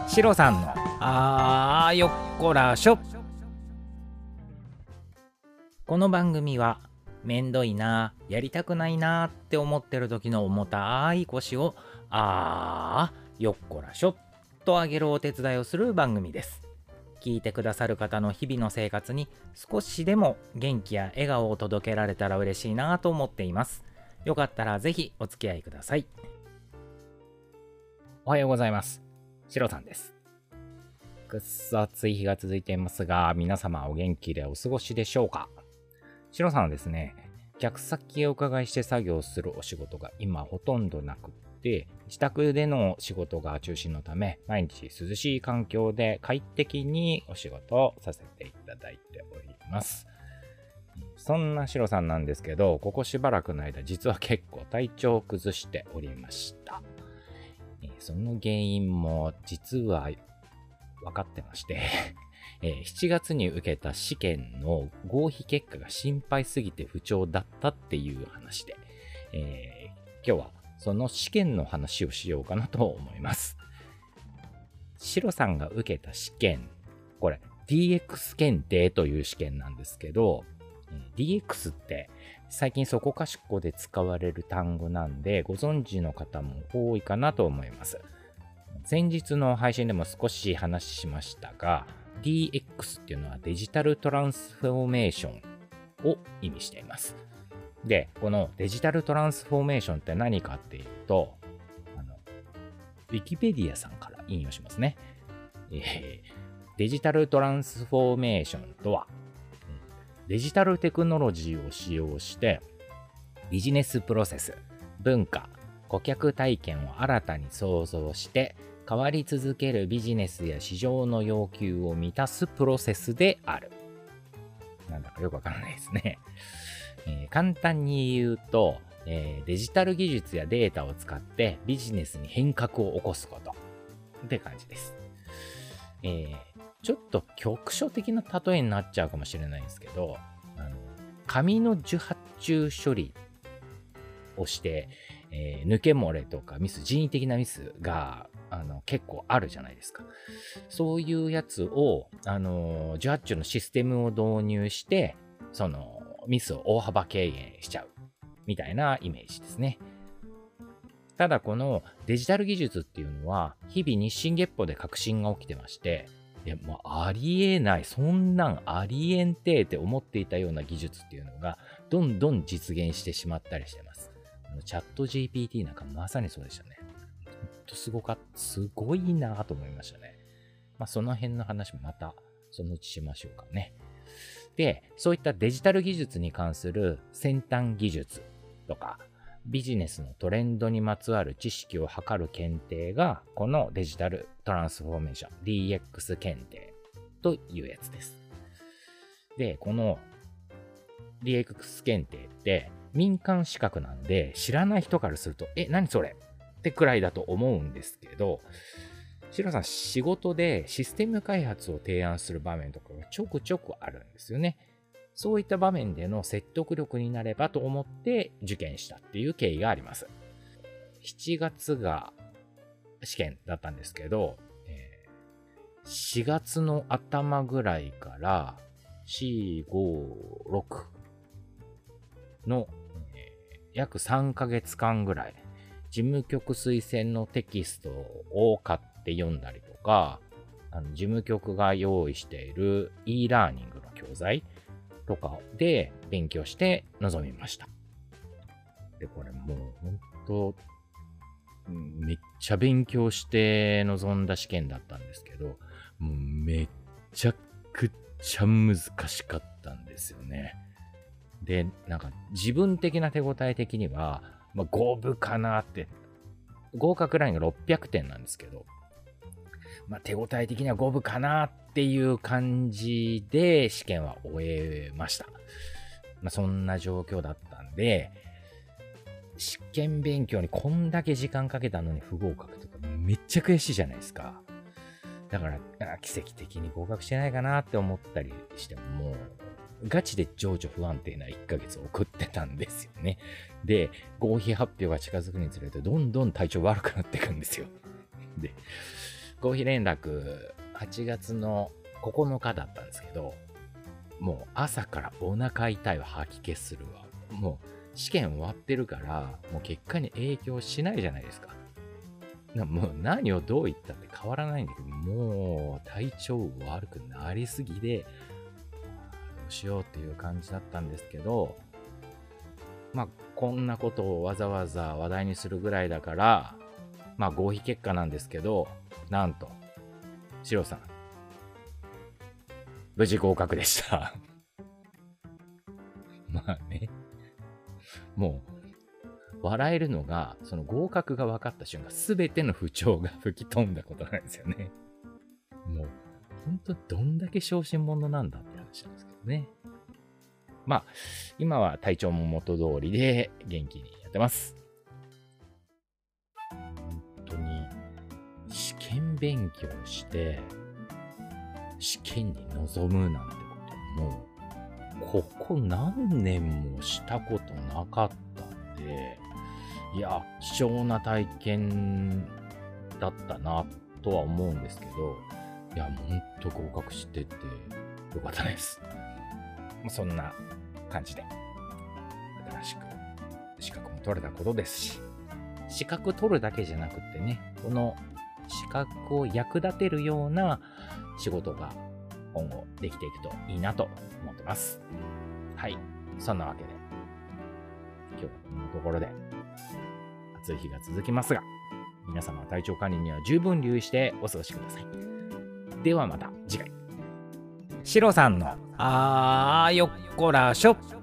シロさんのよっこらしょ。この番組はめんどいな、やりたくないなって思ってる時の重たい腰をよっこらしょと上げるお手伝いをする番組です。聞いてくださる方の日々の生活に少しでも元気や笑顔を届けられたら嬉しいなと思っています。よかったらぜひお付き合いください。おはようございます。シロさんです。くっそ暑い日が続いていますが、皆様お元気でお過ごしでしょうか。シロさんはですね、客先へお伺いして作業するお仕事が今ほとんどなくって、自宅での仕事が中心のため、毎日涼しい環境で快適にお仕事をさせていただいております。そんなシロさんなんですけど、ここしばらくの間、実は結構体調を崩しておりました。その原因も実は分かってまして7月に受けた試験の合否結果が心配すぎて不調だったっていう話で、今日はその試験の話をしようかなと思います。シロさんが受けた試験、これ DX 検定という試験なんですけど、DX って最近そこかしこで使われる単語なんで、ご存知の方も多いかなと思います。先日の配信でも少し話しましたが、DX っていうのはデジタルトランスフォーメーションを意味しています。で、このデジタルトランスフォーメーションって何かっていうと、ウィキペディアさんから引用しますね。デジタルトランスフォーメーションとは、デジタルテクノロジーを使用してビジネスプロセス、文化、顧客体験を新たに創造して変わり続けるビジネスや市場の要求を満たすプロセスである。なんだかよくわからないですね。簡単に言うと、デジタル技術やデータを使ってビジネスに変革を起こすことって感じです。ちょっと局所的な例えになっちゃうかもしれないんですけど、紙の受発注処理をして、抜け漏れとかミス、人為的なミスが結構あるじゃないですか。そういうやつを受発注のシステムを導入してそのミスを大幅軽減しちゃうみたいなイメージですね。ただこのデジタル技術っていうのは日々日進月歩で革新が起きてまして、もうありえない、そんなんありえんてーって思っていたような技術っていうのがどんどん実現してしまったりしてます。チャット GPT なんかまさにそうでしたね。すごいなと思いましたね。その辺の話もまたそのうちしましょうかね。で、そういったデジタル技術に関する先端技術とかビジネスのトレンドにまつわる知識を測る検定がこのデジタルトランスフォーメーション DX 検定というやつです。で、この DX 検定って民間資格なんで知らない人からすると何それってくらいだと思うんですけど、シロさん仕事でシステム開発を提案する場面とかがちょくちょくあるんですよね。そういった場面での説得力になればと思って受験したっていう経緯があります。7月が試験だったんですけど、4月の頭ぐらいから4、5、6の約3ヶ月間ぐらい事務局推薦のテキストを買って読んだりとか、事務局が用意している e ラーニングの教材とかで勉強して臨みました。で、これもう本当めっちゃ勉強して臨んだ試験だったんですけど、もうめちゃくちゃ難しかったんですよね。で、なんか自分的な手応え的には、5分かなって、合格ラインが600点なんですけど、手応え的には5分かなっていう感じで試験は終えました。そんな状況だったんで、試験勉強にこんだけ時間かけたのに不合格とかめっちゃ悔しいじゃないですか。だから奇跡的に合格してないかなって思ったりしても、ガチで情緒不安定な1ヶ月を送ってたんですよね。で、合否発表が近づくにつれてどんどん体調悪くなっていくんですよ。で、 合否連絡8月の9日だったんですけど、もう朝からお腹痛いわ、吐き気するわ。もう試験終わってるから、もう結果に影響しないじゃないですか。もう何をどう言ったって変わらないんだけど、もう体調悪くなりすぎで、どうしようっていう感じだったんですけど、まあこんなことをわざわざ話題にするぐらいだから、まあ合否結果なんですけど、なんと、シロさん、無事合格でした。まあね、もう、笑えるのが、その合格が分かった瞬間、すべての不調が吹き飛んだことなんですよね。もう、ほんとどんだけ小心者なんだって話なんですけどね。まあ、今は体調も元通りで元気にやってます。本当に、試験勉強して、試験に臨むなんてことも、ここ何年もしたことなかったんで、いや、貴重な体験だったなとは思うんですけど、いや、ほんと合格しててよかったです。そんな感じで、新しく資格も取れたことですし、資格取るだけじゃなくってね、この資格を役立てるような仕事が今後できていくといいなと思ってます。はい。そんなわけで、今日はこんなところで暑い日が続きますが、皆様体調管理には十分留意してお過ごしください。ではまた次回。シロさんのよっこらしょ。